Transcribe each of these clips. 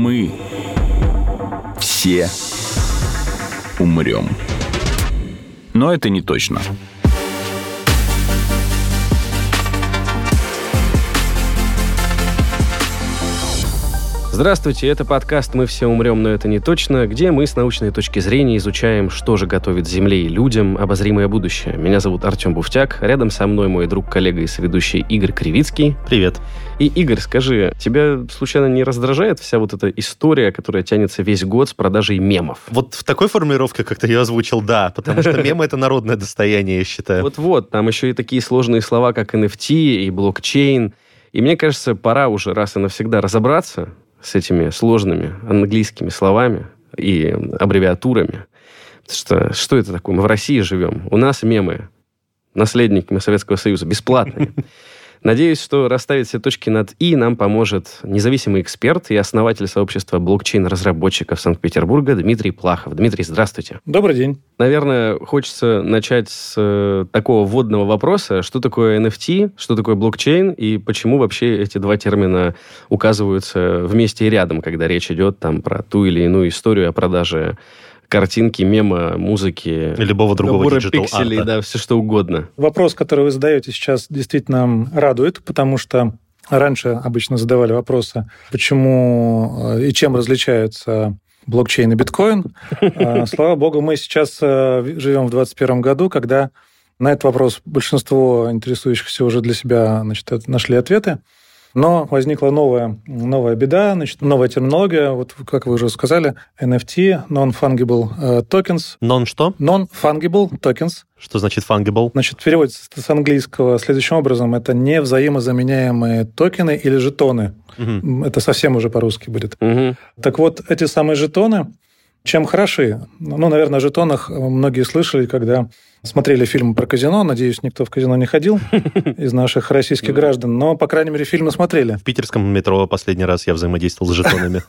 Мы все умрем. Но это не точно. Здравствуйте, это подкаст «Мы все умрем, но это не точно», где мы с научной точки зрения изучаем, что же готовит Земле и людям обозримое будущее. Меня зовут Артем Буфтяк, рядом со мной мой друг, коллега и соведущий Игорь Кривицкий. Привет. И, Игорь, скажи, тебя случайно не раздражает вся вот эта история, которая тянется весь год с продажей мемов? Вот в такой формулировке, как ты ее озвучил, да, потому что мемы — это народное достояние, я считаю. Вот-вот, там еще и такие сложные слова, как NFT и блокчейн. И мне кажется, пора уже раз и навсегда разобраться с этими сложными английскими словами и аббревиатурами. Что это такое? Мы в России живем. У нас мемы, наследниками Советского Союза, бесплатные. Надеюсь, что расставить все точки над «и» нам поможет независимый эксперт и основатель сообщества блокчейн-разработчиков Санкт-Петербурга Дмитрий Плахов. Дмитрий, здравствуйте. Добрый день. Наверное, хочется начать с такого вводного вопроса. Что такое NFT, что такое блокчейн и почему вообще эти два термина указываются вместе и рядом, когда речь идет там про ту или иную историю о продаже картинки, мема, музыки, любого другого диджитал-арта. Да, все что угодно. Вопрос, который вы задаете сейчас, действительно радует, потому что раньше обычно задавали вопросы, почему и чем различаются блокчейн и биткоин. Слава богу, мы сейчас живем в 2021 году, когда на этот вопрос большинство интересующихся уже для себя нашли ответы. Но возникла новая беда, новая терминология, вот как вы уже сказали, NFT, Non-Fungible Tokens. Что? Non-Fungible Tokens. Что значит fungible? Переводится с английского следующим образом. Это невзаимозаменяемые токены или жетоны. Угу. Это совсем уже по-русски будет. Угу. Так вот, эти самые жетоны, чем хороши? Наверное, о жетонах многие слышали, когда смотрели фильмы про казино. Надеюсь, никто в казино не ходил из наших российских граждан. Но, по крайней мере, фильмы смотрели. В питерском метро последний раз я взаимодействовал с жетонами.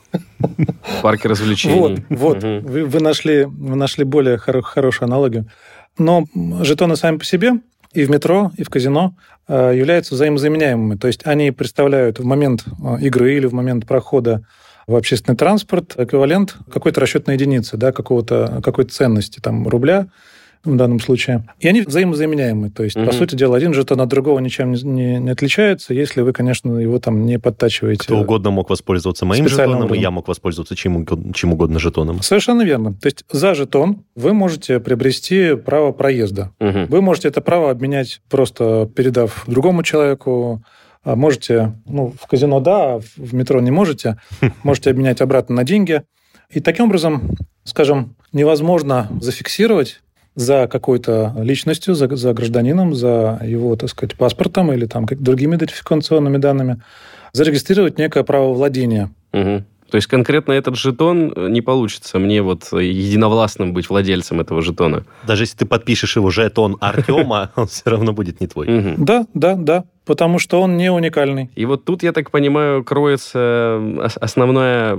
В парке развлечений. Вот. Вы нашли более хорошую аналогию. Но жетоны сами по себе и в метро, и в казино являются взаимозаменяемыми. То есть они представляют в момент игры или в момент прохода в общественный транспорт эквивалент какой-то расчетной единицы, да, какой-то ценности, там, рубля в данном случае. И они взаимозаменяемы. То есть, по сути дела, один жетон от другого ничем не отличается, если вы, конечно, его там не подтачиваете. Кто угодно мог воспользоваться моим жетоном, и я мог воспользоваться чем угодно жетоном. Совершенно верно. То есть за жетон вы можете приобрести право проезда. Вы можете это право обменять, просто передав другому человеку. Можете, в казино да, а в метро не можете. Можете обменять обратно на деньги. И таким образом, скажем, невозможно зафиксировать за какой-то личностью, за гражданином, за его, так сказать, паспортом или там другими идентификационными данными, зарегистрировать некое право владения. Угу. То есть конкретно этот жетон не получится мне единовластным быть владельцем этого жетона. Даже если ты подпишешь его жетон Артема, он все равно будет не твой. Да, потому что он не уникальный. И вот тут, я так понимаю, кроется основная,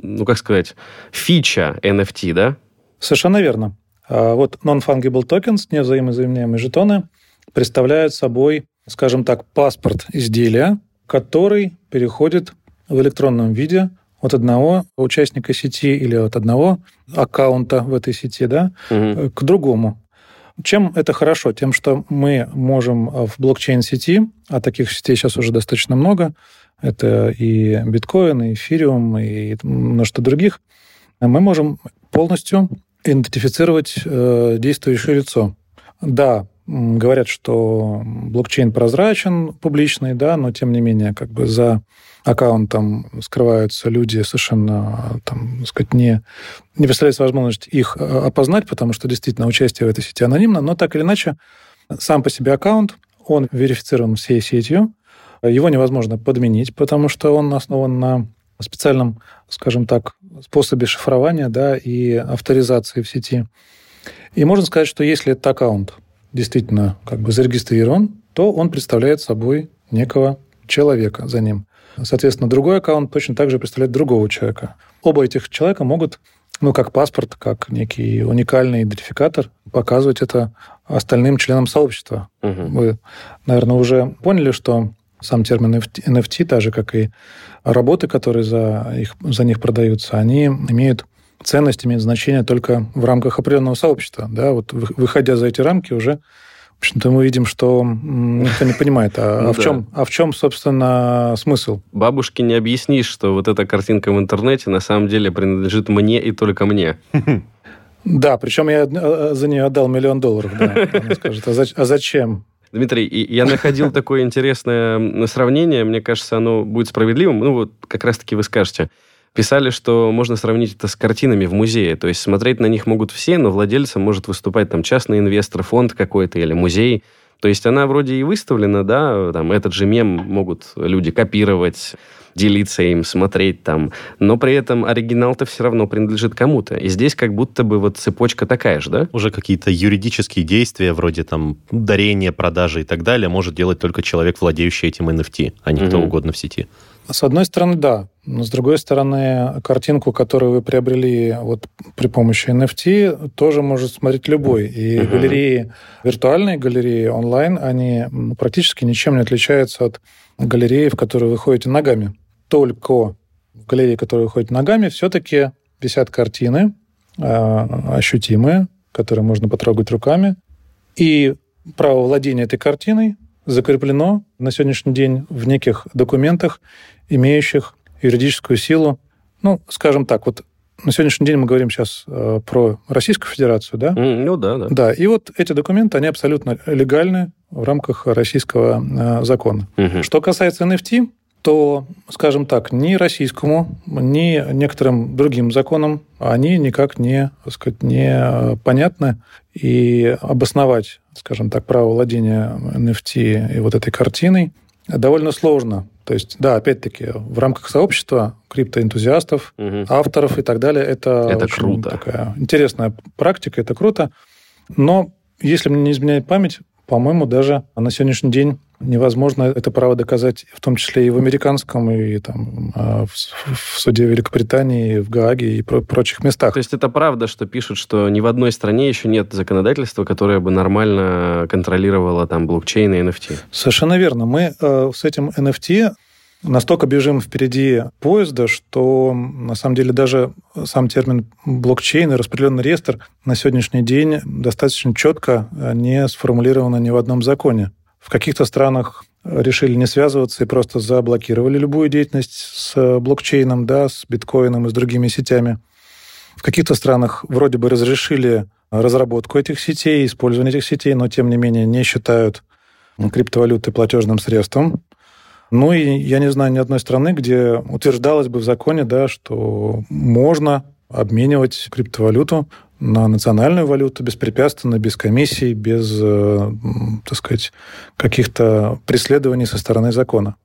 фича NFT, да? Совершенно верно. Вот Non-Fungible Tokens, невзаимозаменяемые жетоны, представляют собой, скажем так, паспорт изделия, который переходит в электронном виде от одного участника сети или от одного аккаунта в этой сети, да, к другому. Чем это хорошо? Тем, что мы можем в блокчейн-сети, а таких сетей сейчас уже достаточно много, это и биткоин, и эфириум, и множество других, мы можем полностью идентифицировать действующее лицо. Да, говорят, что блокчейн прозрачен, публичный, да, но тем не менее, за аккаунтом скрываются люди, совершенно, не представляется возможность их опознать, потому что действительно участие в этой сети анонимно, но так или иначе, сам по себе аккаунт, он верифицирован всей сетью, его невозможно подменить, потому что он основан на специальном, скажем так, способе шифрования, да, и авторизации в сети. И можно сказать, что если этот аккаунт действительно зарегистрирован, то он представляет собой некого человека за ним. Соответственно, другой аккаунт точно так же представляет другого человека. Оба этих человека могут, как паспорт, как некий уникальный идентификатор, показывать это остальным членам сообщества. Вы, наверное, уже поняли, что сам термин NFT, так же, как и работы, которые за них продаются, они имеют ценность, имеют значение только в рамках определенного сообщества. Да? Вот выходя за эти рамки уже, в общем-то, мы видим, что никто не понимает, в чем, собственно, смысл. Бабушке не объяснишь, что вот эта картинка в интернете на самом деле принадлежит мне и только мне. Да, причем я за нее отдал $1 миллион. Да. Она скажет, а зачем? Дмитрий, я находил такое интересное сравнение, мне кажется, оно будет справедливым. Ну, вот как раз-таки вы скажете. Писали, что можно сравнить это с картинами в музее. То есть смотреть на них могут все, но владельцем может выступать там частный инвестор, фонд какой-то или музей. То есть она вроде и выставлена, да, там этот же мем могут люди копировать, делиться им, смотреть там, но при этом оригинал-то все равно принадлежит кому-то. И здесь как будто бы вот цепочка такая же, да? Уже какие-то юридические действия, вроде там дарения, продажи и так далее, может делать только человек, владеющий этим NFT, а не кто угодно в сети. С одной стороны, да. Но с другой стороны, картинку, которую вы приобрели вот при помощи NFT, тоже может смотреть любой. И галереи, виртуальные галереи онлайн, они практически ничем не отличаются от галереи, в которые вы ходите ногами. Только в галерее, в которые вы ходите ногами, все-таки висят картины ощутимые, которые можно потрогать руками. И право владения этой картиной закреплено на сегодняшний день в неких документах, имеющих юридическую силу. Ну, скажем так, вот на сегодняшний день мы говорим сейчас про Российскую Федерацию, да? Ну да, да. Да, и вот эти документы, они абсолютно легальны в рамках российского закона. Что касается NFT, то, скажем так, ни российскому, ни некоторым другим законам они никак не, так сказать, не понятны. И обосновать, скажем так, право владения NFT и вот этой картиной довольно сложно. То есть, да, опять-таки, в рамках сообщества криптоэнтузиастов, авторов и так далее, это круто. Такая интересная практика, это круто. Но, если мне не изменяет память, по-моему, даже на сегодняшний день невозможно это право доказать, в том числе и в американском, и там, в суде Великобритании, в Гааге и прочих местах. То есть это правда, что пишут, что ни в одной стране еще нет законодательства, которое бы нормально контролировало там блокчейн и NFT? Совершенно верно. Мы с этим NFT настолько бежим впереди поезда, что на самом деле даже сам термин блокчейн и распределенный реестр на сегодняшний день достаточно четко не сформулировано ни в одном законе. В каких-то странах решили не связываться и просто заблокировали любую деятельность с блокчейном, да, с биткоином и с другими сетями. В каких-то странах вроде бы разрешили разработку этих сетей, использование этих сетей, но тем не менее не считают криптовалюты платежным средством. Ну и я не знаю ни одной страны, где утверждалось бы в законе, да, что можно обменивать криптовалюту на национальную валюту беспрепятственно, без комиссий, без, так сказать, каких-то преследований со стороны закона.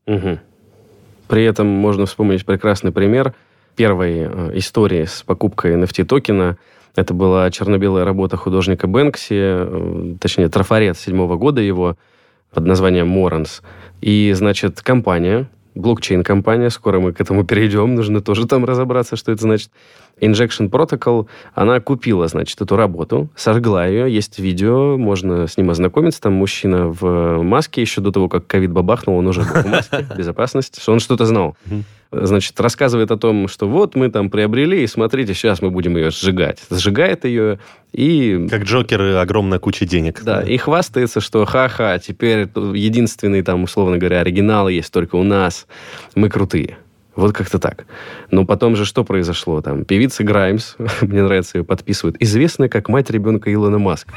При этом можно вспомнить прекрасный пример первой истории с покупкой NFT-токена. Это была черно-белая работа художника Бэнкси, точнее, трафарет 7-го года его, под названием Моранс. И, значит, компания, блокчейн-компания, скоро мы к этому перейдем, нужно тоже там разобраться, что это значит. Injection Protocol, она купила, значит, эту работу, сожгла ее, есть видео, можно с ним ознакомиться, там мужчина в маске, еще до того, как ковид бабахнул, он уже был в маске, безопасность, что он что-то знал. Значит, рассказывает о том, что вот мы там приобрели, и смотрите, сейчас мы будем ее сжигать. Сжигает ее и... Как Джокер, огромная куча денег. Да, и хвастается, что ха-ха, теперь единственный там, условно говоря, оригинал есть только у нас, мы крутые. Вот как-то так. Но потом же что произошло? Там певица Граймс, мне нравится, ее подписывают, известная как мать ребенка Илона Маска.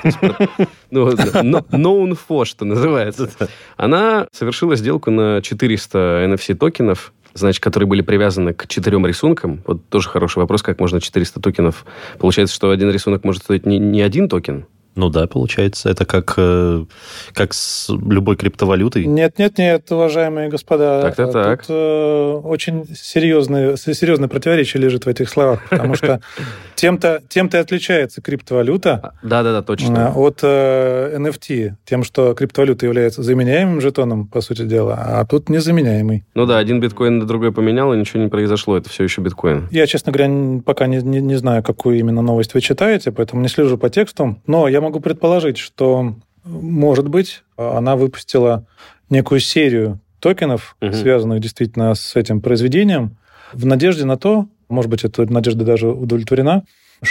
Known for, что называется. Она совершила сделку на 400 NFC-токенов, значит, которые были привязаны к 4 рисункам. Вот тоже хороший вопрос, как можно 400 токенов. Получается, что один рисунок может стоить не один токен? Ну да, получается. Это как с любой криптовалютой. Нет, уважаемые господа. Так. Тут очень серьезное противоречие лежит в этих словах, потому что тем-то и отличается криптовалюта да, точно. От NFT, тем, что криптовалюта является заменяемым жетоном, по сути дела, а тут незаменяемый. Ну да, один биткоин на другой поменял, и ничего не произошло. Это все еще биткоин. Я, честно говоря, пока не знаю, какую именно новость вы читаете, поэтому не слежу по тексту, но я могу предположить, что, может быть, она выпустила некую серию токенов, связанных действительно с этим произведением, в надежде на то, может быть, эта надежда даже удовлетворена,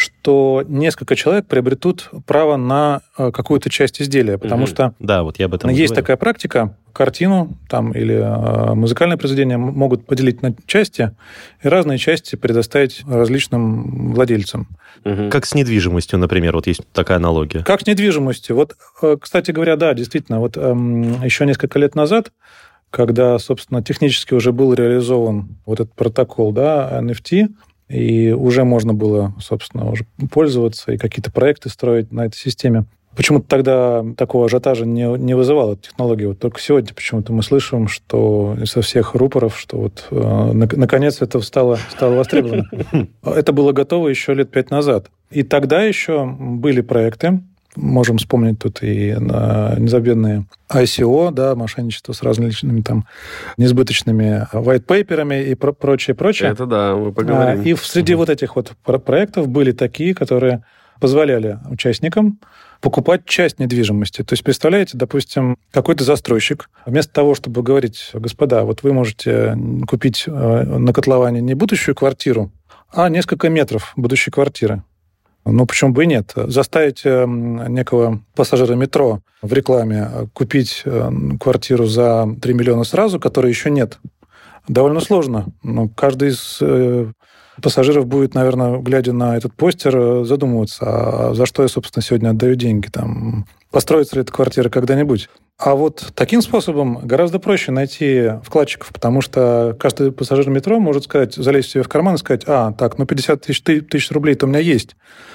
что несколько человек приобретут право на какую-то часть изделия, потому что да, вот я об этом есть говорю. такая практика, картину там, или музыкальное произведение могут поделить на части и разные части предоставить различным владельцам. Как с недвижимостью, например, вот есть такая аналогия. Как с недвижимостью. Вот, кстати говоря, да, действительно, вот еще несколько лет назад, когда, собственно, технически уже был реализован вот этот протокол, да, NFT, и уже можно было, собственно, уже пользоваться и какие-то проекты строить на этой системе. Почему-то тогда такого ажиотажа не вызывала эта технология. Вот только сегодня почему-то мы слышим, что со всех рупоров, что вот наконец это стало востребовано. Это было готово еще лет 5 назад. И тогда еще были проекты, можем вспомнить тут и незабвенные ICO, да, мошенничество с различными там несбыточными white-пейперами и прочее. Это да, мы поговорим. И среди вот этих вот проектов были такие, которые позволяли участникам покупать часть недвижимости. То есть, представляете, допустим, какой-то застройщик, вместо того, чтобы говорить: господа, вот вы можете купить на котловане не будущую квартиру, а несколько метров будущей квартиры. Ну, почему бы и нет? Заставить некого пассажира метро в рекламе купить квартиру за 3 миллиона сразу, которой еще нет, довольно сложно. Но каждый из пассажиров будет, наверное, глядя на этот постер, задумываться, а за что я, собственно, сегодня отдаю деньги? Там, построится ли эта квартира когда-нибудь? А вот таким способом гораздо проще найти вкладчиков, потому что каждый пассажир метро может сказать, залезть себе в карман и сказать: 50 тысяч рублей-то у меня есть.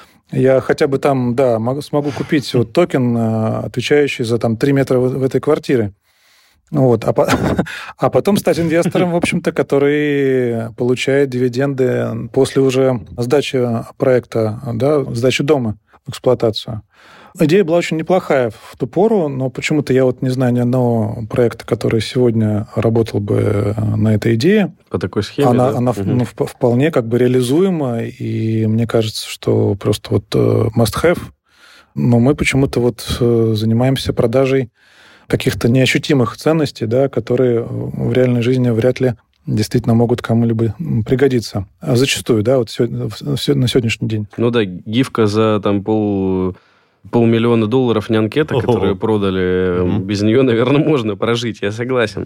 Я хотя бы там, да, смогу купить вот токен, отвечающий за там 3 метра в этой квартире. Вот. А потом стать инвестором, в общем-то, который получает дивиденды после уже сдачи проекта, да, сдачи дома в эксплуатацию. Идея была очень неплохая в ту пору, но почему-то я вот не знаю ни одного проекта, который сегодня работал бы на этой идее. По такой схеме, она вполне как бы реализуема, и мне кажется, что просто вот must-have. Но мы почему-то вот занимаемся продажей каких-то неощутимых ценностей, да, которые в реальной жизни вряд ли действительно могут кому-либо пригодиться. А зачастую, да, вот на сегодняшний день. Ну да, гифка за там $500 000 не анкета, которые продали. Без нее, наверное, можно прожить, я согласен.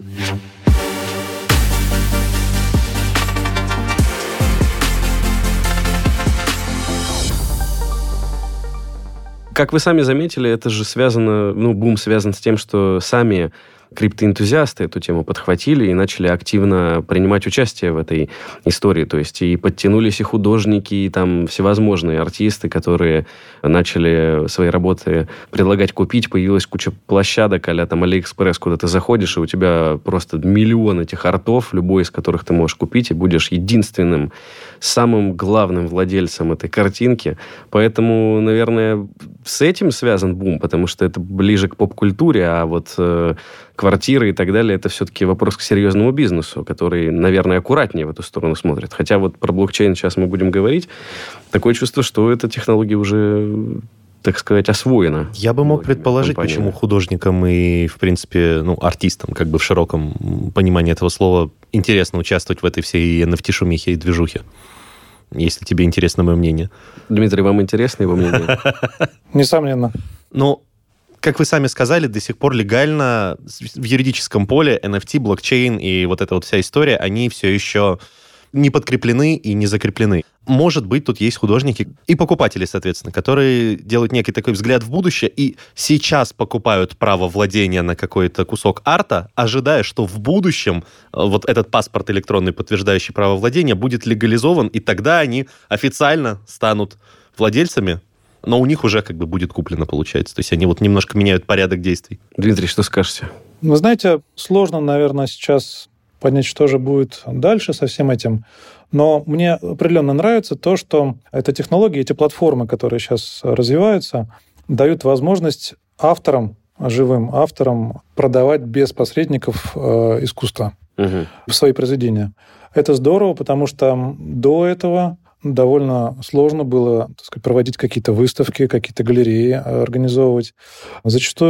Как вы сами заметили, это же связано, бум связан с тем, что сами криптоэнтузиасты эту тему подхватили и начали активно принимать участие в этой истории. То есть и подтянулись и художники, и там всевозможные артисты, которые начали свои работы предлагать купить. Появилась куча площадок а-ля там Алиэкспресс, куда ты заходишь, и у тебя просто миллион этих артов, любой из которых ты можешь купить, и будешь единственным, самым главным владельцем этой картинки. Поэтому, наверное, с этим связан бум, потому что это ближе к поп-культуре, а вот квартиры и так далее, это все-таки вопрос к серьезному бизнесу, который, наверное, аккуратнее в эту сторону смотрит. Хотя вот про блокчейн сейчас мы будем говорить. Такое чувство, что эта технология уже, так сказать, освоена. Я бы мог предположить, почему художникам и, в принципе, артистам, как бы в широком понимании этого слова, интересно участвовать в этой всей NFT-шумихе и движухе. Если тебе интересно мое мнение. Дмитрий, вам интересно его мнение? Несомненно. Как вы сами сказали, до сих пор легально в юридическом поле NFT, блокчейн и вот эта вот вся история, они все еще не подкреплены и не закреплены. Может быть, тут есть художники и покупатели, соответственно, которые делают некий такой взгляд в будущее и сейчас покупают право владения на какой-то кусок арта, ожидая, что в будущем вот этот паспорт электронный, подтверждающий право владения, будет легализован, и тогда они официально станут владельцами, но у них уже как бы будет куплено, получается. То есть они вот немножко меняют порядок действий. Дмитрий, что скажете? Вы знаете, сложно, наверное, сейчас понять, что же будет дальше со всем этим. Но мне определенно нравится то, что эта технология, эти платформы, которые сейчас развиваются, дают возможность авторам, живым авторам, продавать без посредников искусство, свои произведения. Это здорово, потому что до этого довольно сложно было, так сказать, проводить какие-то выставки, какие-то галереи организовывать. Зачастую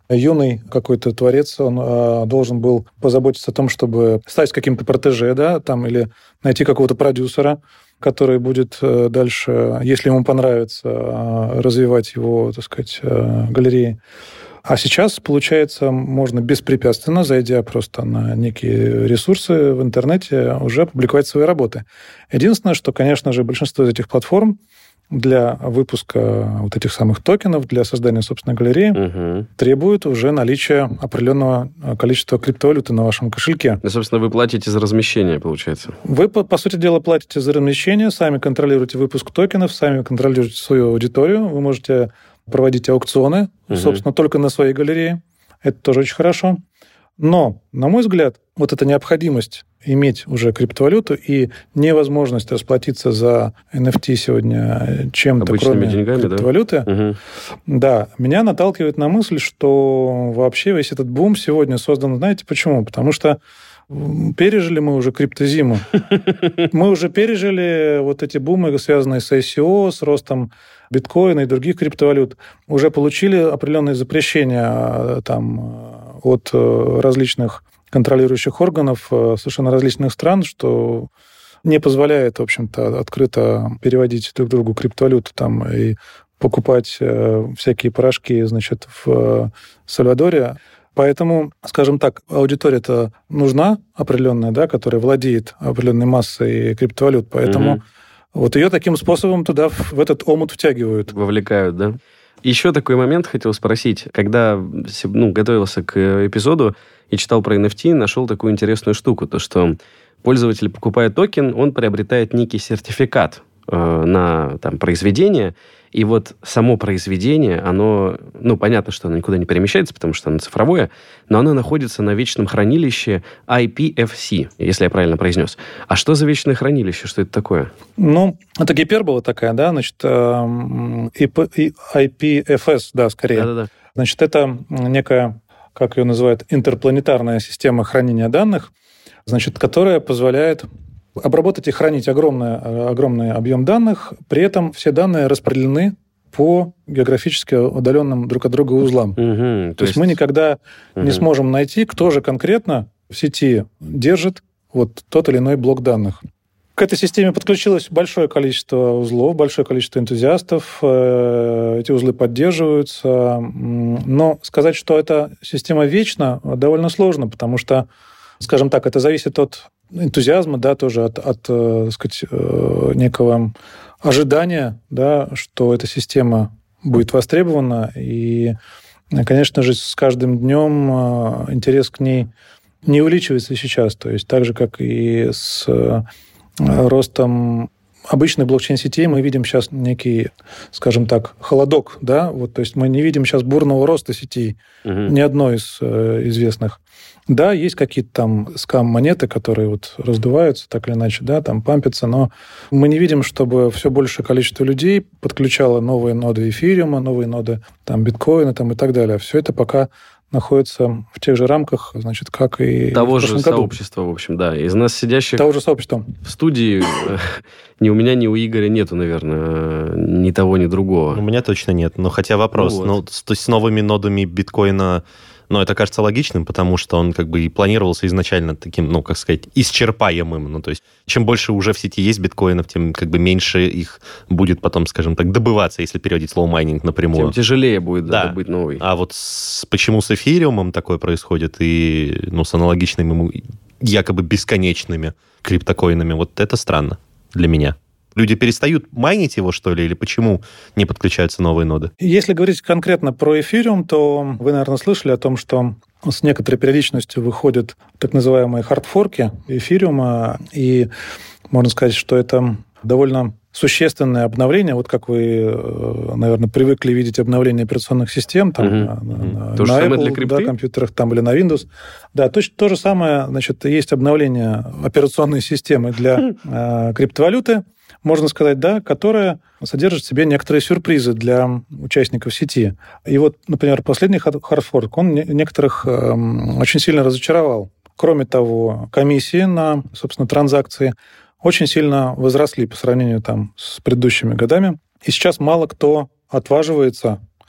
юный какой-то творец, он должен был позаботиться о том, чтобы стать каким-то протеже, да, там, или найти какого-то продюсера, который будет дальше, если ему понравится, развивать его, так сказать, галереи. А сейчас, получается, можно беспрепятственно, зайдя просто на некие ресурсы в интернете, уже публиковать свои работы. Единственное, что, конечно же, большинство из этих платформ для выпуска вот этих самых токенов, для создания собственной галереи, требуют уже наличия определенного количества криптовалюты на вашем кошельке. И, собственно, вы платите за размещение, получается. Вы, по сути дела, платите за размещение, сами контролируете выпуск токенов, сами контролируете свою аудиторию, вы можете проводить аукционы, собственно, только на своей галерее. Это тоже очень хорошо. Но, на мой взгляд, вот эта необходимость иметь уже криптовалюту и невозможность расплатиться за NFT сегодня чем-то, обычными кроме деньгами, криптовалюты, да, меня наталкивает на мысль, что вообще весь этот бум сегодня создан, знаете почему? Потому что пережили мы уже криптозиму. Мы уже пережили вот эти бумы, связанные с ICO, с ростом биткоина и других криптовалют. Уже получили определенные запрещения там, от различных контролирующих органов совершенно различных стран, что не позволяет, в общем-то, открыто переводить друг другу криптовалюту там, и покупать всякие порошки, значит, в Сальвадоре. Поэтому, скажем так, аудитория-то нужна определенная, да, которая владеет определенной массой криптовалют, поэтому вот ее таким способом туда, в этот омут втягивают. Вовлекают, да? Еще такой момент хотел спросить. Когда готовился к эпизоду и читал про NFT, нашел такую интересную штуку, то что пользователь, покупая токен, он приобретает некий сертификат на там, произведение, и вот само произведение, оно, понятно, что оно никуда не перемещается, потому что оно цифровое, но оно находится на вечном хранилище IPFS, если я правильно произнес. А что за вечное хранилище? Что это такое? Это гипербола такая, да, значит, IPFS, да, скорее. Да-да-да. Значит, это некая, как ее называют, интерпланетарная система хранения данных, значит, которая позволяет обработать и хранить огромный объем данных, при этом все данные распределены по географически удаленным друг от друга узлам. То есть мы никогда не сможем найти, кто же конкретно в сети держит вот тот или иной блок данных. К этой системе подключилось большое количество узлов, большое количество энтузиастов. Эти узлы поддерживаются. Но сказать, что эта система вечна, довольно сложно, потому что, скажем так, это зависит от энтузиазма, да, тоже от так сказать, некого ожидания, да, что эта система будет востребована. И, конечно же, с каждым днем интерес к ней не увеличивается сейчас. То есть так же, как и с ростом обычных блокчейн-сетей, мы видим сейчас некий, скажем так, холодок, да, вот, то есть мы не видим сейчас бурного роста сетей, ни одной из известных. Да, есть какие-то там скам-монеты, которые вот раздуваются так или иначе, да, там пампятся, но мы не видим, чтобы все большее количество людей подключало новые ноды эфириума, новые ноды там биткоина там, и так далее. Все это пока находится в тех же рамках, значит, как и того в прошлом же году. Сообщества, в общем, да. Из нас сидящих... Того же сообщества. В студии ни у меня, ни у Игоря нету, наверное, ни того, ни другого. У меня точно нет. Но хотя вопрос, то есть с новыми нодами биткоина, это кажется логичным, потому что он как бы и планировался изначально таким, как сказать, исчерпаемым. То есть чем больше уже в сети есть биткоинов, тем как бы меньше их будет потом, скажем так, добываться, если переводить слово майнинг напрямую. Тем тяжелее будет добыть новый. А вот почему с эфириумом такое происходит и с аналогичными ему якобы бесконечными криптокоинами, вот это странно для меня. Люди перестают майнить его, что ли, или почему не подключаются новые ноды? Если говорить конкретно про эфириум, то вы, наверное, слышали о том, что с некоторой периодичностью выходят так называемые хардфорки эфириума, и можно сказать, что это довольно существенное обновление, вот как вы, наверное, привыкли видеть обновление операционных систем там, на Apple компьютерах там, или на Windows. Да, то же самое, значит, есть обновление операционной системы для криптовалюты, можно сказать, да, которая содержит в себе некоторые сюрпризы для участников сети. И вот, например, последний хардфорк, он некоторых очень сильно разочаровал. Кроме того, комиссии на, собственно, транзакции очень сильно возросли по сравнению там, с предыдущими годами. И сейчас мало кто отваживается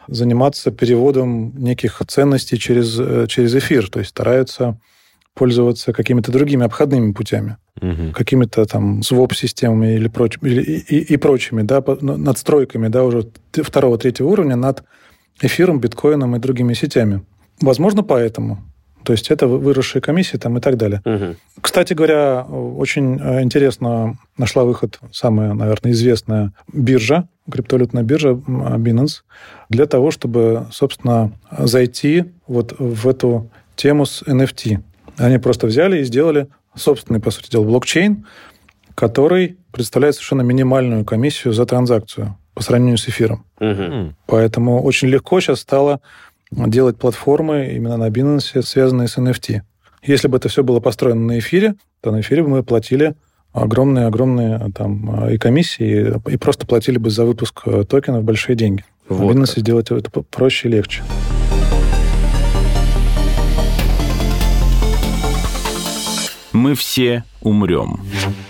заниматься переводом неких ценностей через эфир, то есть стараются пользоваться какими-то другими обходными путями, какими-то там своп-системами или прочими, да, надстройками, да, уже 2-3 уровня над эфиром, биткоином и другими сетями. Возможно, поэтому. То есть это выросшие комиссии там и так далее. Кстати говоря, очень интересно нашла выход самая, наверное, известная биржа, криптовалютная биржа Binance, для того, чтобы, собственно, зайти вот в эту тему с NFT. Они просто взяли и сделали собственный, по сути дела, блокчейн, который представляет совершенно минимальную комиссию за транзакцию по сравнению с эфиром. Поэтому очень легко сейчас стало делать платформы именно на Binance, связанные с NFT. Если бы это все было построено на эфире, то на эфире бы мы платили огромные там и комиссии, и просто платили бы за выпуск токенов большие деньги. Вот на Binance сделать это проще и легче. Мы все умрем.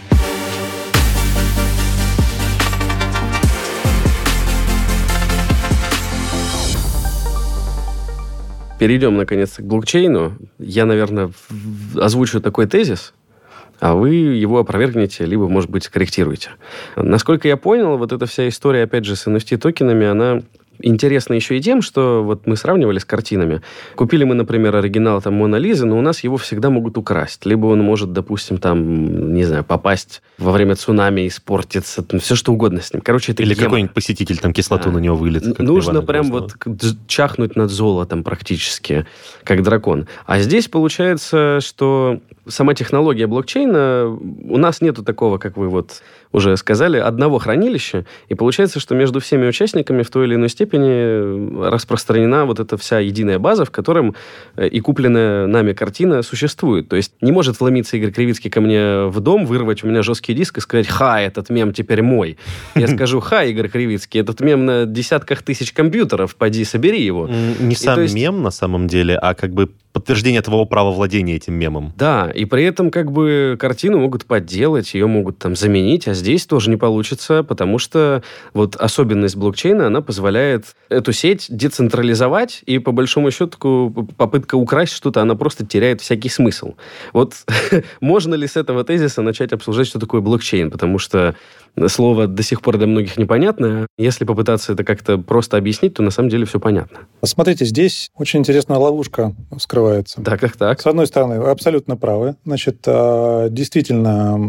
Перейдем, наконец, к блокчейну. Я, наверное, озвучу такой тезис, а вы его опровергнете, либо, может быть, скорректируете. Насколько я понял, вот эта вся история, опять же, с NFT-токенами, она интересно еще и тем, что вот мы сравнивали с картинами. Купили мы, например, оригинал там Мона Лизы, но у нас его всегда могут украсть. Либо он может, допустим, там, не знаю, попасть во время цунами, испортиться, там, все что угодно с ним. Короче, это или какой-нибудь посетитель там кислоту на него выльет. Нужно прям вот чахнуть над золотом практически, как дракон. А здесь получается, что сама технология блокчейна, у нас нету такого, как вы вот уже сказали, одного хранилища, и получается, что между всеми участниками в той или иной степени распространена вот эта вся единая база, в котором и купленная нами картина существует. То есть не может вломиться Игорь Кривицкий ко мне в дом, вырвать у меня жесткий диск и сказать: «Ха, этот мем теперь мой». Я скажу: «Ха, Игорь Кривицкий, этот мем на десятках тысяч компьютеров, поди собери его». Не сам мем на самом деле, а как бы подтверждение твоего права владения этим мемом. Да, и при этом как бы картину могут подделать, ее могут там заменить, а здесь тоже не получится, потому что вот особенность блокчейна, она позволяет эту сеть децентрализовать, и по большому счету попытка украсть что-то, она просто теряет всякий смысл. Вот можно ли с этого тезиса начать обсуждать, что такое блокчейн? Потому что слово до сих пор для многих непонятное. Если попытаться это как-то просто объяснить, то на самом деле все понятно. Смотрите, здесь очень интересная ловушка скрывается. Да, как так? С одной стороны, вы абсолютно правы. Значит, действительно,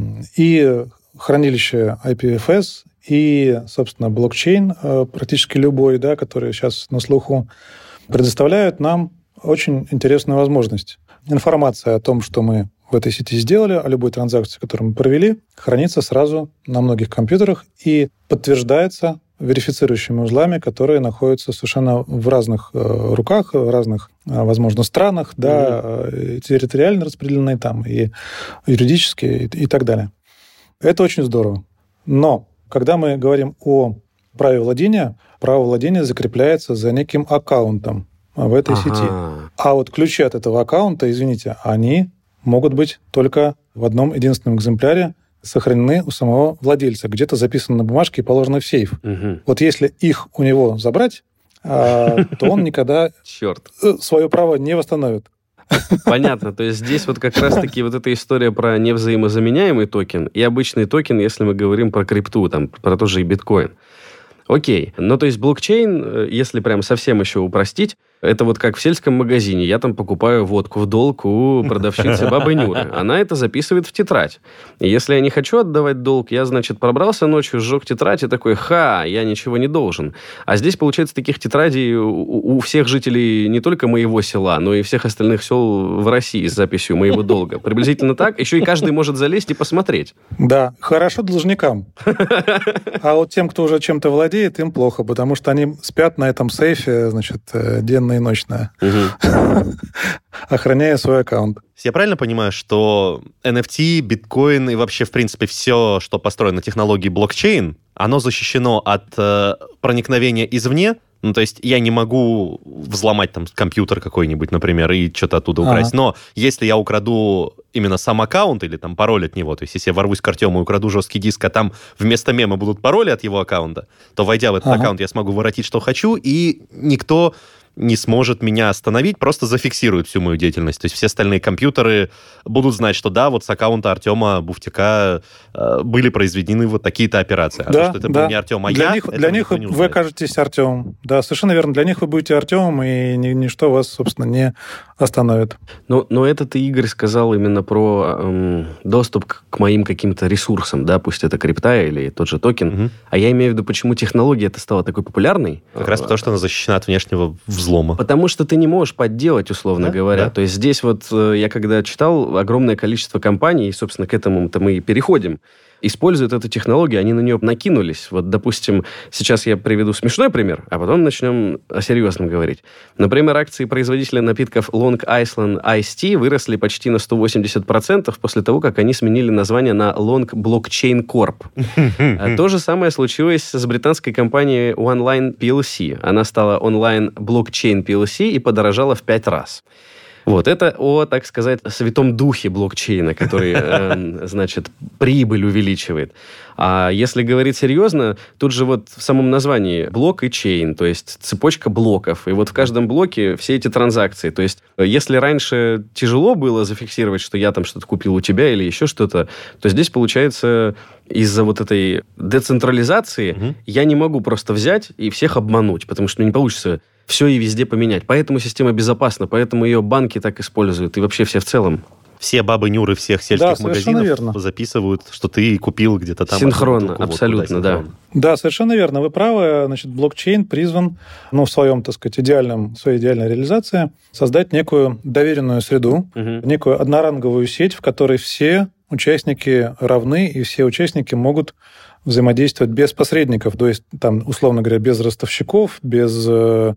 и хранилище IPFS, и, собственно, блокчейн, практически любой, да, который сейчас на слуху, предоставляют нам очень интересную возможность. Информация о том, что мы в этой сети сделали, о любой транзакции, которую мы провели, хранится сразу на многих компьютерах и подтверждается верифицирующими узлами, которые находятся совершенно в разных руках, в разных, возможно, странах, да, территориально распределены там, и юридически, и так далее. Это очень здорово. Но когда мы говорим о праве владения, право владения закрепляется за неким аккаунтом в этой сети. А вот ключи от этого аккаунта, извините, они могут быть только в одном единственном экземпляре, сохранены у самого владельца, где-то записаны на бумажке и положены в сейф. Вот если их у него забрать, то он никогда свое право не восстановит. Понятно. То есть здесь вот как раз-таки вот эта история про невзаимозаменяемый токен и обычный токен, если мы говорим про крипту, там, про тот же и биткоин. Окей. Ну, то есть блокчейн, если прям совсем еще упростить, это вот как в сельском магазине. Я там покупаю водку в долг у продавщицы бабы Нюры. Она это записывает в тетрадь. И если я не хочу отдавать долг, я, значит, пробрался ночью, сжег тетрадь и такой: ха, я ничего не должен. А здесь, получается, таких тетрадей у всех жителей не только моего села, но и всех остальных сел в России с записью моего долга. Приблизительно так. Еще и каждый может залезть и посмотреть. Да, хорошо должникам. А вот тем, кто уже чем-то владеет, им плохо, потому что они спят на этом сейфе, значит, денно и ночно, охраняя свой аккаунт. Я правильно понимаю, что NFT, биткоин и вообще, в принципе, все, что построено на технологии блокчейн, оно защищено от проникновения извне, Ну, то есть я не могу взломать там компьютер какой-нибудь, например, и что-то оттуда украсть. Но если я украду именно сам аккаунт или там пароль от него, то есть если я ворвусь к Артему и украду жесткий диск, а там вместо мема будут пароли от его аккаунта, то, войдя в этот аккаунт, я смогу воротить, что хочу, и никто не сможет меня остановить, просто зафиксирует всю мою деятельность. То есть все остальные компьютеры будут знать, что да, вот с аккаунта Артема Буфтяка были произведены вот такие-то операции. А то, что это был не Артем, а для них вы окажетесь Артемом. Да, совершенно верно. Для них вы будете Артемом, и ничто вас, собственно, не остановит. Но это ты, Игорь, сказал именно про доступ к моим каким-то ресурсам, да, пусть это крипта или тот же токен. А я имею в виду, почему технология эта стала такой популярной. Как раз потому, что она защищена от внешнего взлома. Потому что ты не можешь подделать, условно говоря. Да. То есть здесь вот я когда читал, огромное количество компаний, и, собственно, к этому-то мы и переходим, используют эту технологию, они на нее накинулись. Вот, допустим, сейчас я приведу смешной пример, а потом начнем о серьезном говорить. Например, акции производителя напитков Long Island Iced Tea выросли почти на 180% после того, как они сменили название на Long Blockchain Corp. То же самое случилось с британской компанией OneLine PLC. Она стала Online Blockchain PLC и подорожала в 5 раз. Вот, это о, так сказать, святом духе блокчейна, который, значит, прибыль увеличивает. А если говорить серьезно, тут же вот в самом названии блок и чейн, то есть цепочка блоков. И вот в каждом блоке все эти транзакции. То есть если раньше тяжело было зафиксировать, что я там что-то купил у тебя или еще что-то, то здесь, получается, из-за вот этой децентрализации я не могу просто взять и всех обмануть, потому что не получится все и везде поменять. Поэтому система безопасна, поэтому ее банки так используют, и вообще все в целом. Все бабы-нюры всех сельских магазинов записывают, что ты купил где-то там. Синхронно, абсолютно, да. Да, совершенно верно. Вы правы. Значит, блокчейн призван, в своем, так сказать, своей идеальной реализации создать некую доверенную среду, некую одноранговую сеть, в которой все участники равны, и все участники могут взаимодействовать без посредников, то есть, там, условно говоря, без ростовщиков, без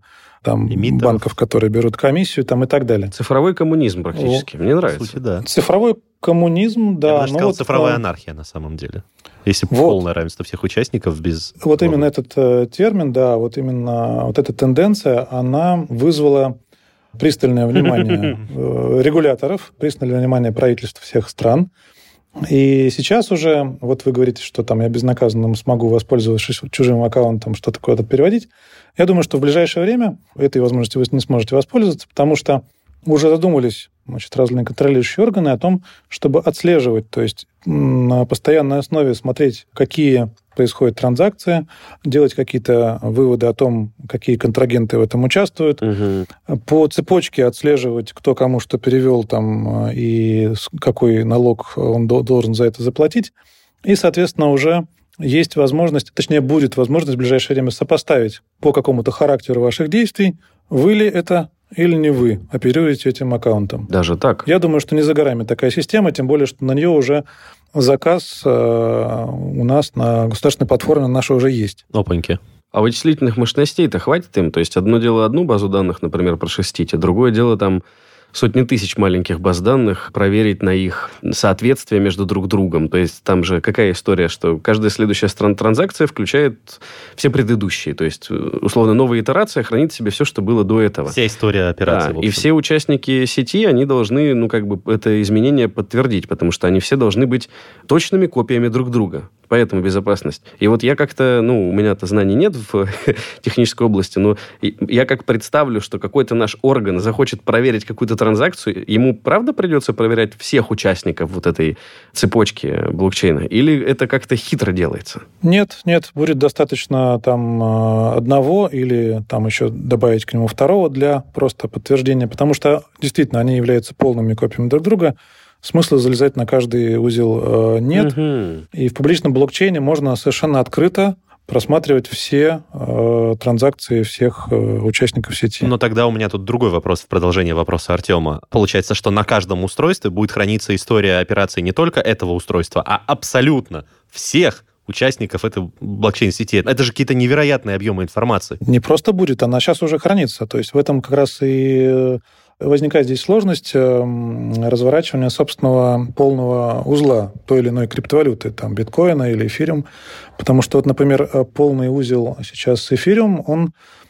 банков, которые берут комиссию там, и так далее. Цифровой коммунизм практически. Мне нравится. Сути, да. Цифровой коммунизм, да. Я бы даже сказал, цифровая анархия на самом деле. Если полное равенство всех участников без... Вот именно этот термин, да, вот именно вот эта тенденция, она вызвала пристальное внимание регуляторов, пристальное внимание правительств всех стран. И сейчас уже, вот вы говорите, что там я безнаказанно смогу, воспользовавшись чужим аккаунтом, что-то куда-то переводить. Я думаю, что в ближайшее время этой возможностью вы не сможете воспользоваться, потому что уже задумались, разные контролирующие органы о том, чтобы отслеживать, то есть на постоянной основе смотреть, какие происходят транзакции, делать какие-то выводы о том, какие контрагенты в этом участвуют, по цепочке отслеживать, кто кому что перевел там, и какой налог он должен за это заплатить. И, соответственно, уже есть возможность, точнее, будет возможность в ближайшее время сопоставить по какому-то характеру ваших действий, вы ли это или не вы оперируете этим аккаунтом. Даже так? Я думаю, что не за горами такая система, тем более, что на нее уже заказ у нас на государственной платформе нашей уже есть. Опаньки. А вычислительных мощностей-то хватит им? То есть одно дело одну базу данных, например, прошерстить, а другое дело там сотни тысяч маленьких баз данных, проверить на их соответствие между друг другом. То есть там же какая история, что каждая следующая транзакция включает все предыдущие. То есть, условно, новая итерация хранит в себе все, что было до этого. Вся история операции. Да, и все участники сети, они должны, это изменение подтвердить, потому что они все должны быть точными копиями друг друга. Поэтому безопасность. И вот я как-то, у меня-то знаний нет в технической области, но я как представлю, что какой-то наш орган захочет проверить какую-то транзакцию, ему правда придется проверять всех участников вот этой цепочки блокчейна? Или это как-то хитро делается? Нет, будет достаточно там одного или там еще добавить к нему второго для просто подтверждения, потому что действительно они являются полными копиями друг друга. Смысла залезать на каждый узел нет. И в публичном блокчейне можно совершенно открыто просматривать все транзакции всех участников сети. Но тогда у меня тут другой вопрос в продолжение вопроса Артема. Получается, что на каждом устройстве будет храниться история операций не только этого устройства, а абсолютно всех участников этой блокчейн-сети. Это же какие-то невероятные объемы информации. Не просто будет, она сейчас уже хранится. То есть в этом как раз и возникает здесь сложность разворачивания собственного полного узла той или иной криптовалюты, там, биткоина или эфириум. Потому что, вот, например, полный узел сейчас эфириум, он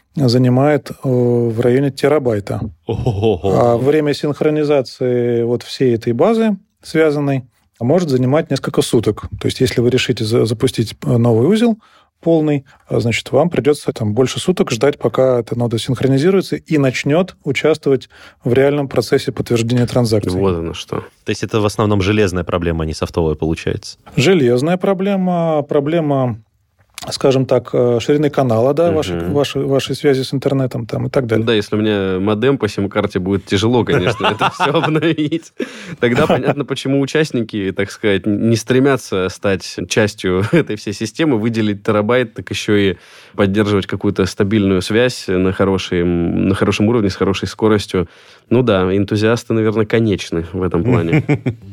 занимает в районе терабайта. А время синхронизации вот всей этой базы связанной может занимать несколько суток. То есть, если вы решите запустить новый узел полный, значит, вам придется там больше суток ждать, пока эта нода синхронизируется и начнет участвовать в реальном процессе подтверждения транзакций. Вот оно что. То есть это в основном железная проблема, а не софтовая получается? Железная проблема, скажем так, ширины канала, да, вашей связи с интернетом там, и так далее. Да, если у меня модем по сим-карте, будет тяжело, конечно, это все обновить. Тогда понятно, почему участники, так сказать, не стремятся стать частью этой всей системы, выделить терабайт, так еще и поддерживать какую-то стабильную связь на хорошем уровне, с хорошей скоростью. Ну да, энтузиасты, наверное, конечны в этом плане.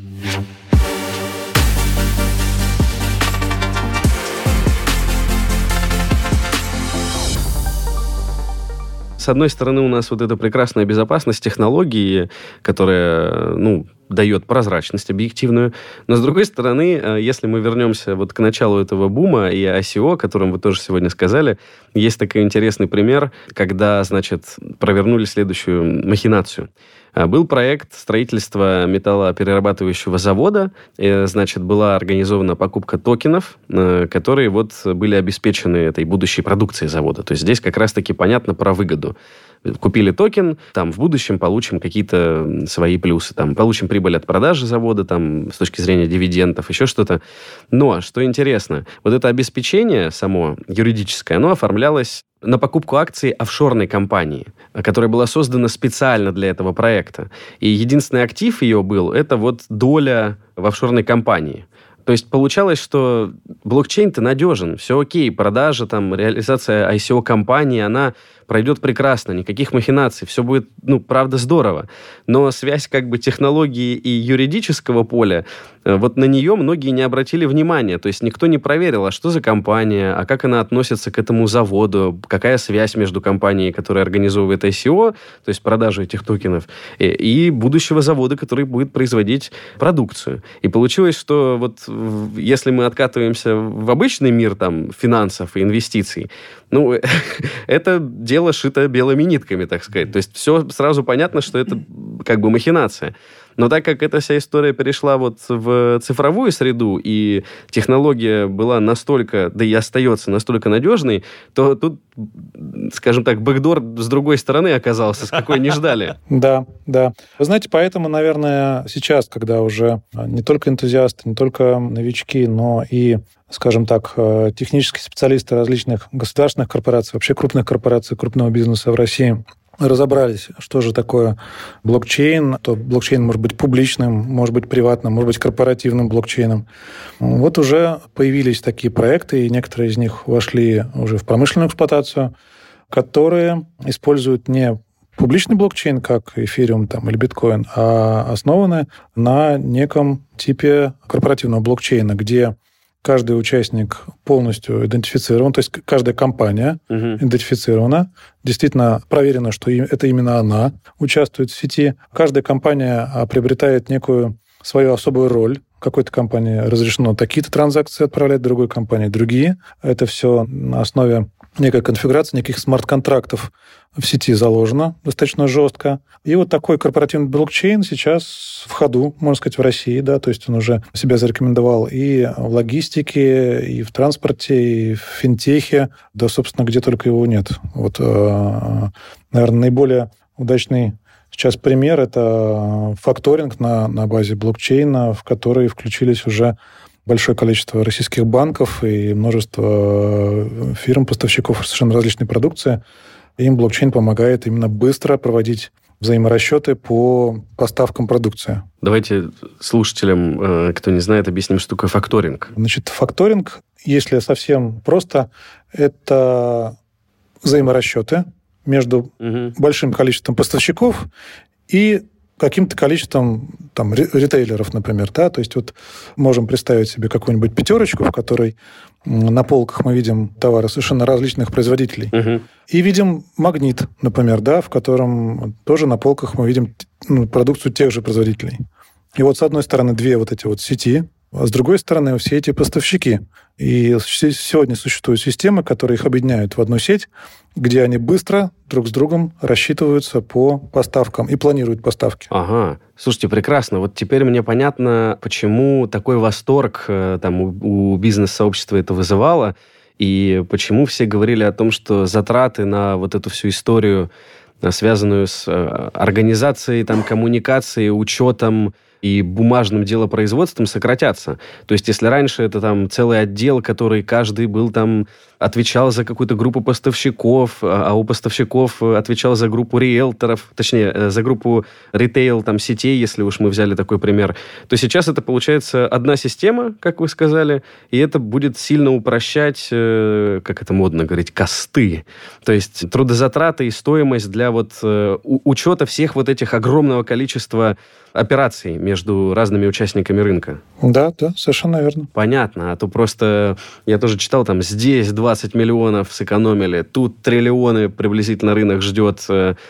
С одной стороны, у нас вот эта прекрасная безопасность технологии, которая, дает прозрачность объективную. Но, с другой стороны, если мы вернемся вот к началу этого бума и ICO, о котором вы тоже сегодня сказали, есть такой интересный пример, когда, значит, провернули следующую махинацию. Был проект строительства металлоперерабатывающего завода. Значит, была организована покупка токенов, которые вот были обеспечены этой будущей продукцией завода. То есть здесь как раз-таки понятно про выгоду. Купили токен, там в будущем получим какие-то свои плюсы. Там, получим прибыль от продажи завода, там, с точки зрения дивидендов, еще что-то. Но, что интересно, вот это обеспечение само юридическое, оно оформлялось на покупку акций офшорной компании, которая была создана специально для этого проекта. И единственный актив ее был, это вот доля в офшорной компании. То есть получалось, что блокчейн-то надежен, все окей, продажа, там, реализация ICO-компании, она пройдет прекрасно, никаких махинаций, все будет, правда, здорово. Но связь как бы технологии и юридического поля, вот на нее многие не обратили внимания. То есть никто не проверил, а что за компания, а как она относится к этому заводу, какая связь между компанией, которая организовывает ICO, то есть продажу этих токенов, и будущего завода, который будет производить продукцию. И получилось, что вот если мы откатываемся в обычный мир там, финансов и инвестиций, это дело шито белыми нитками, так сказать. То есть все сразу понятно, что это как бы махинация. Но так как эта вся история перешла вот в цифровую среду, и технология была настолько, да и остается настолько надежной, то тут, скажем так, бэкдор с другой стороны оказался, с какой не ждали. Да. Вы знаете, поэтому, наверное, сейчас, когда уже не только энтузиасты, не только новички, но и, скажем так, технические специалисты различных государственных корпораций, вообще крупных корпораций, крупного бизнеса в России разобрались, что же такое блокчейн. То блокчейн может быть публичным, может быть приватным, может быть корпоративным блокчейном. Вот уже появились такие проекты, и некоторые из них вошли уже в промышленную эксплуатацию, которые используют не публичный блокчейн, как эфириум там, или биткоин, а основаны на неком типе корпоративного блокчейна, где каждый участник полностью идентифицирован, то есть каждая компания идентифицирована, действительно проверено, что это именно она участвует в сети. Каждая компания приобретает некую свою особую роль. Какой-то компании разрешено такие-то транзакции отправлять, другой компании другие. Это все на основе некой конфигурации, неких смарт-контрактов в сети заложено достаточно жестко. И вот такой корпоративный блокчейн сейчас в ходу, можно сказать, в России, да, то есть он уже себя зарекомендовал и в логистике, и в транспорте, и в финтехе, да, собственно, где только его нет. Вот, наверное, наиболее удачный сейчас пример – это факторинг на базе блокчейна, в который включились уже большое количество российских банков и множество фирм, поставщиков совершенно различной продукции. Им блокчейн помогает именно быстро проводить взаиморасчеты по поставкам продукции. Давайте слушателям, кто не знает, объясним, что такое факторинг. Значит, факторинг, если совсем просто, это взаиморасчеты между большим количеством поставщиков и каким-то количеством там, ритейлеров, например. Да? То есть вот можем представить себе какую-нибудь пятерочку, в которой на полках мы видим товары совершенно различных производителей. И видим магнит, например, да, в котором тоже на полках мы видим продукцию тех же производителей. И вот с одной стороны две вот эти вот сети А с другой стороны, все эти поставщики. И сегодня существуют системы, которые их объединяют в одну сеть, где они быстро друг с другом рассчитываются по поставкам и планируют поставки. Ага. Слушайте, прекрасно. Вот теперь мне понятно, почему такой восторг там у бизнес-сообщества это вызывало, и почему все говорили о том, что затраты на вот эту всю историю, связанную с организацией, там, коммуникацией, учетом и бумажным делопроизводством, сократятся. То есть, если раньше это там целый отдел, который каждый был там, отвечал за какую-то группу поставщиков, а у поставщиков отвечал за группу риэлторов, точнее, за группу ритейл, там, сетей, если уж мы взяли такой пример, то сейчас это получается одна система, как вы сказали, и это будет сильно упрощать, как это модно говорить, косты. То есть, трудозатраты и стоимость для вот учета всех вот этих огромного количества операций между разными участниками рынка. Да, совершенно верно. Понятно. А то просто я тоже читал, там, здесь 20 миллионов сэкономили, тут триллионы приблизительно рынок ждет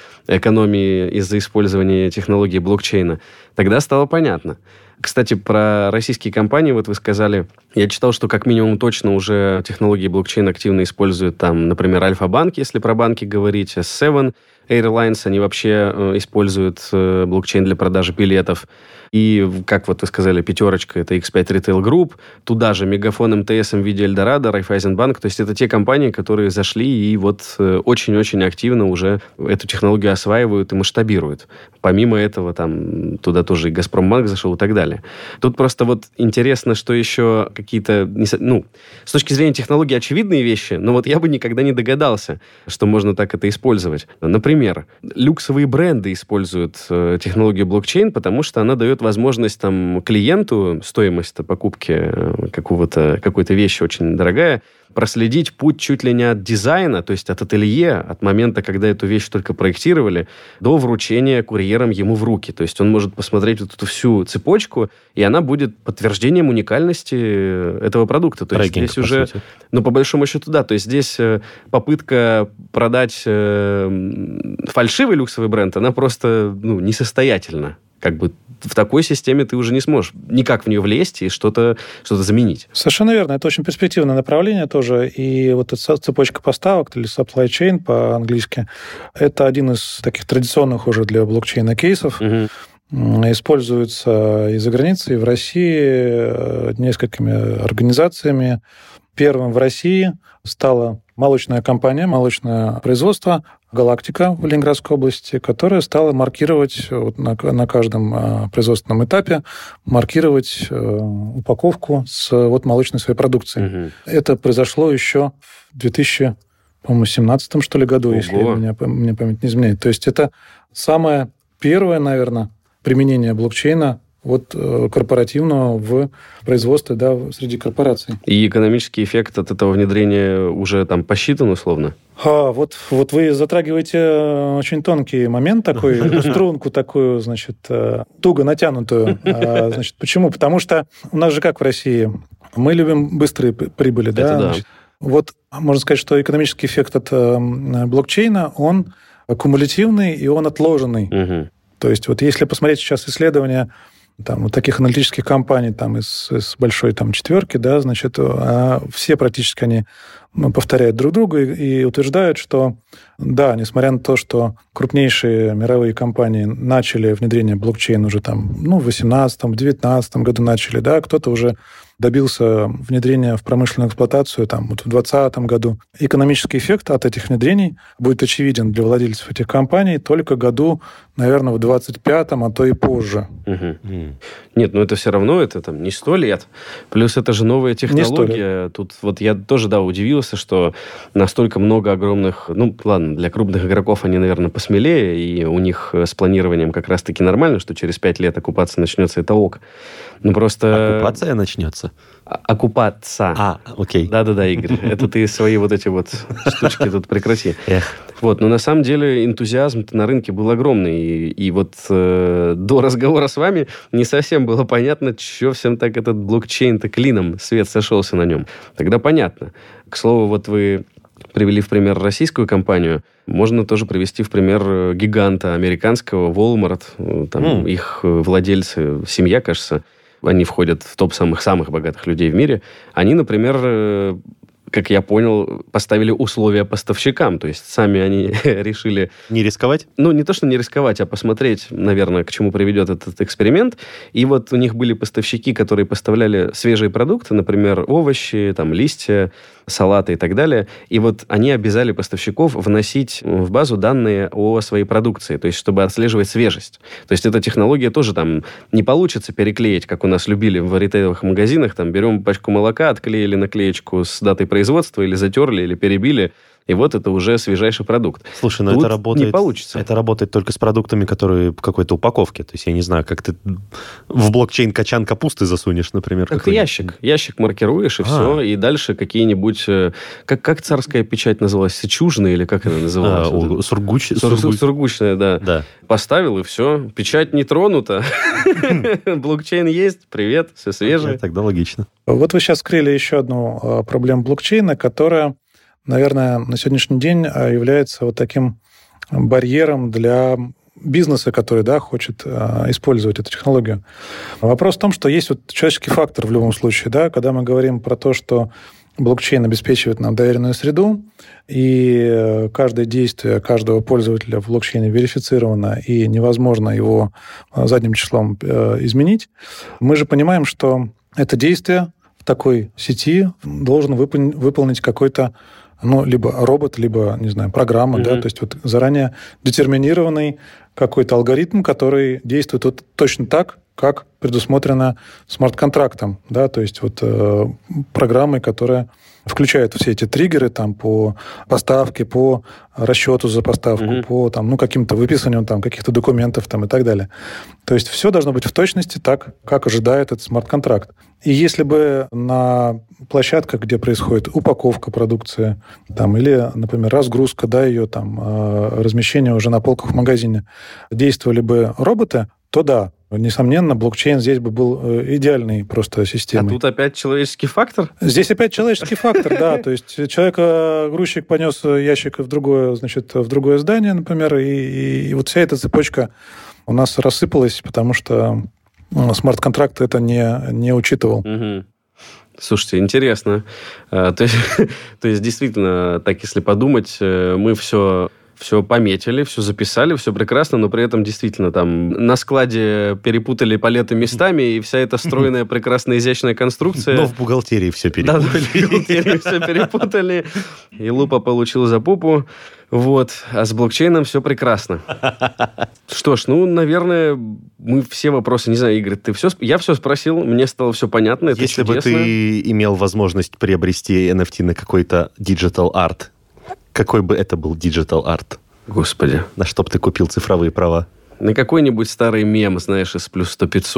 экономии из-за использования технологии блокчейна. Тогда стало понятно. Кстати, про российские компании, вот вы сказали, я читал, что как минимум точно уже технологии блокчейн активно используют там, например, Альфа-банк, если про банки говорить, S7 Airlines, они вообще используют блокчейн для продажи билетов. И, как вот вы сказали, пятерочка, это X5 Retail Group, туда же Мегафон, МТС, МВиди, Эльдорадо, Райфайзенбанк, то есть это те компании, которые зашли и вот очень-очень активно уже эту технологию осваивают и масштабируют. Помимо этого, там, туда тоже и Газпромбанк зашел и так далее. Тут просто вот интересно, что еще какие-то, ну, с точки зрения технологии очевидные вещи, но вот я бы никогда не догадался, что можно так это использовать. Например, люксовые бренды используют технологию блокчейн, потому что она дает возможность там клиенту, стоимость покупки какой-то вещи очень дорогая, проследить путь чуть ли не от дизайна, то есть от ателье, от момента, когда эту вещь только проектировали, до вручения курьером ему в руки. То есть он может посмотреть вот эту всю цепочку, и она будет подтверждением уникальности этого продукта. То есть здесь уже, ну, по большому счету, да, то есть здесь попытка продать фальшивый люксовый бренд, она просто, ну, несостоятельна. Как бы в такой системе ты уже не сможешь никак в нее влезть и что-то заменить. Совершенно верно. Это очень перспективное направление тоже. И вот эта цепочка поставок, или supply chain по-английски, это один из таких традиционных уже для блокчейна кейсов. Используется и за границей, и в России несколькими организациями. Первым в России стала молочная компания, молочное производство «Галактика» в Ленинградской области, которая стала маркировать вот на каждом производственном этапе, маркировать упаковку с вот молочной своей продукцией. Это произошло еще в 2017 что ли, году, если мне память не изменяет. То есть это самое первое, наверное, применение блокчейна вот корпоративного в производстве, да, среди корпораций. И экономический эффект от этого внедрения уже там посчитан условно? Вот вы затрагиваете очень тонкий момент такой, струнку такую, значит, туго натянутую. Значит, почему? Потому что у нас же как в России, мы любим быстрые прибыли, да? Это да. Значит, вот можно сказать, что экономический эффект от блокчейна, он кумулятивный и он отложенный. То есть вот если посмотреть сейчас исследования там, вот таких аналитических компаний там, из большой там, четверки, да, значит, все практически они повторяют друг друга и утверждают, что да, несмотря на то, что крупнейшие мировые компании начали внедрение блокчейна уже там, в 2018, в 2019 году начали, да, кто-то уже добился внедрения в промышленную эксплуатацию там, вот в 2020 году. Экономический эффект от этих внедрений будет очевиден для владельцев этих компаний только году, наверное, в 2025, а то и позже. Нет, это все равно, это там не 100 лет. Плюс это же новая технология. Тут вот я тоже, да, удивился, что настолько много огромных... Ладно, для крупных игроков они, наверное, посмелее, и у них с планированием как раз-таки нормально, что через 5 лет оккупация начнется, это ок. Но просто... Оккупация начнется? Оккупаться. Окей. Да-да-да, Игорь. Это ты свои вот эти вот штучки тут прекрати. Вот, но на самом деле энтузиазм на рынке был огромный. И вот до разговора с вами не совсем было понятно, что всем так этот блокчейн-то клином свет сошелся на нем. Тогда понятно. К слову, вот вы привели в пример российскую компанию. Можно тоже привести в пример гиганта американского Walmart. Там их владельцы, семья, кажется, они входят в топ самых богатых людей в мире, они, например, как я понял, поставили условия поставщикам. То есть сами они решили... Не рисковать? Ну, не то, что не рисковать, а посмотреть, наверное, к чему приведет этот эксперимент. И вот у них были поставщики, которые поставляли свежие продукты, например, овощи, там, листья, салаты и так далее. И вот они обязали поставщиков вносить в базу данные о своей продукции, то есть чтобы отслеживать свежесть. То есть эта технология тоже там не получится переклеить, как у нас любили в ритейловых магазинах. Там берем пачку молока, отклеили наклеечку с датой производства, или затерли, или перебили. И вот это уже свежайший продукт. Слушай, но тут это работает... не получится. Это работает только с продуктами, которые в какой-то упаковке. То есть я не знаю, как ты в блокчейн качан капусты засунешь, например. Как ящик. Ящик маркируешь, и все. И дальше какие-нибудь... Как царская печать называлась? Сычужная или как она называлась? Сургучная, да. Поставил, и все. Печать не тронута. Блокчейн есть. Привет, все свежее. Тогда логично. Вот вы сейчас скрыли еще одну проблему блокчейна, которая, наверное, на сегодняшний день является вот таким барьером для бизнеса, который, да, хочет использовать эту технологию. Вопрос в том, что есть вот человеческий фактор в любом случае, да, когда мы говорим про то, что блокчейн обеспечивает нам доверенную среду, и каждое действие каждого пользователя в блокчейне верифицировано, и невозможно его задним числом изменить. Мы же понимаем, что это действие в такой сети должен выполнить какой-то, ну, либо робот, либо, не знаю, программа, да, то есть вот заранее детерминированный какой-то алгоритм, который действует вот точно так, как предусмотрено смарт-контрактом, да, то есть вот программой, которая включает все эти триггеры там по поставке, по расчету за поставку, по там, ну, каким-то выписыванием там каких-то документов там и так далее. То есть все должно быть в точности так, как ожидает этот смарт-контракт. И если бы на площадках, где происходит упаковка продукции, там, или, например, разгрузка, да, ее там, размещение уже на полках в магазине, действовали бы роботы, то да, несомненно, блокчейн здесь бы был идеальной просто системой. А тут опять человеческий фактор? Здесь опять человеческий фактор, да. То есть грузчик понес ящик в другое здание, например, и вот вся эта цепочка у нас рассыпалась, потому что смарт-контракт это не учитывал. Слушайте, интересно. То есть, действительно, так если подумать, мы все пометили, все записали, все прекрасно, но при этом действительно там на складе перепутали палеты местами, и вся эта стройная, прекрасная, изящная конструкция... Но в бухгалтерии все перепутали. Да, в бухгалтерии все перепутали, и лупа получил за попу. Вот. А с блокчейном все прекрасно. Что ж, ну, наверное, мы все вопросы... Не знаю, Игорь, я все спросил, мне стало все понятно, это Если чудесно. бы ты имел возможность приобрести NFT на какой-то digital art, какой бы это был digital art? Господи. На что бы ты купил цифровые права? На какой-нибудь старый мем, знаешь, из плюс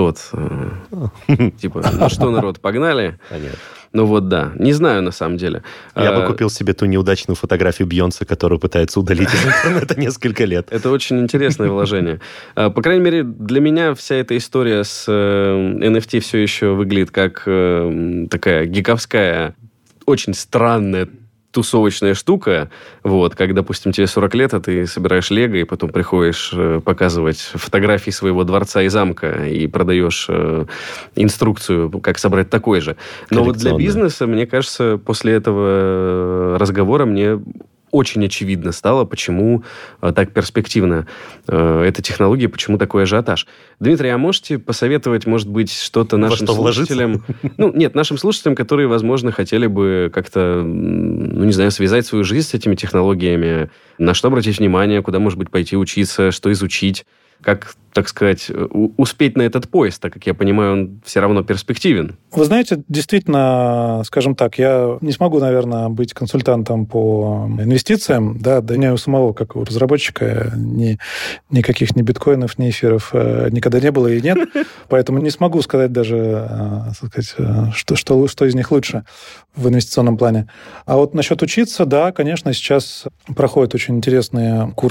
100-500. Типа, ну что, народ, погнали? Понятно. Ну вот, да. Не знаю, на самом деле. Я бы купил себе ту неудачную фотографию Бейонсе, которую пытается удалить из интернета несколько лет. Это очень интересное вложение. По крайней мере, для меня вся эта история с NFT все еще выглядит как такая гиковская, очень странная тусовочная штука, вот, как, допустим, тебе 40 лет, а ты собираешь лего, и потом приходишь показывать фотографии своего дворца и замка, и продаешь инструкцию, как собрать такой же. Но вот для бизнеса, мне кажется, после этого разговора мне очень очевидно стало, почему так перспективна эта технология, почему такой ажиотаж. Дмитрий, а можете посоветовать, может быть, что-то нашим слушателям? Ну, нет, нашим слушателям, которые, возможно, хотели бы как-то, ну, не знаю, связать свою жизнь с этими технологиями, на что обратить внимание, куда, может быть, пойти учиться, что изучить, как, так сказать, успеть на этот поезд, так как я понимаю, он все равно перспективен. Вы знаете, действительно, скажем так, я не смогу, наверное, быть консультантом по инвестициям, да у меня у самого, как у разработчика, никаких ни биткоинов, ни эфиров никогда не было и нет, поэтому не смогу сказать даже, что из них лучше в инвестиционном плане. А вот насчет учиться, да, конечно, сейчас проходят очень интересные курсы.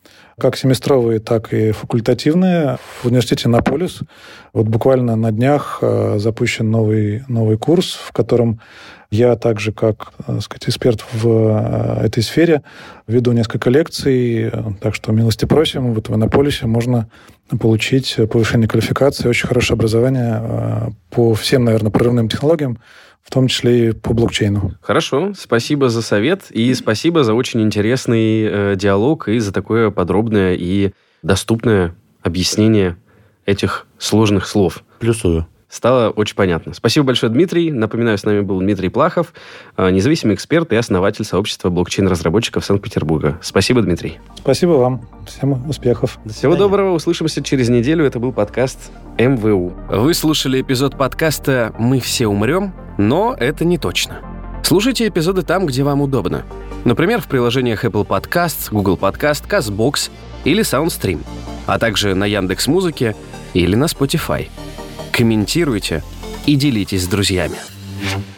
как семестровые, так и факультативные. В университете Иннополис вот буквально на днях запущен новый курс, в котором я также, как, так сказать, эксперт в этой сфере, веду несколько лекций, так что милости просим. Вот в Иннополисе можно получить повышение квалификации, очень хорошее образование по всем, наверное, прорывным технологиям, в том числе и по блокчейну. Хорошо, спасибо за совет и спасибо за очень интересный диалог и за такое подробное и доступное объяснение этих сложных слов. Плюсую. Стало очень понятно. Спасибо большое, Дмитрий. Напоминаю, с нами был Дмитрий Плахов, независимый эксперт и основатель сообщества блокчейн-разработчиков Санкт-Петербурга. Спасибо, Дмитрий. Спасибо вам. Всем успехов. Всего доброго. Услышимся через неделю. Это был подкаст МВУ. Вы слушали эпизод подкаста «Мы все умрем», но это не точно. Слушайте эпизоды там, где вам удобно. Например, в приложениях Apple Podcasts, Google Podcast, CastBox или SoundStream, а также на Яндекс.Музыке или на Spotify. Комментируйте и делитесь с друзьями.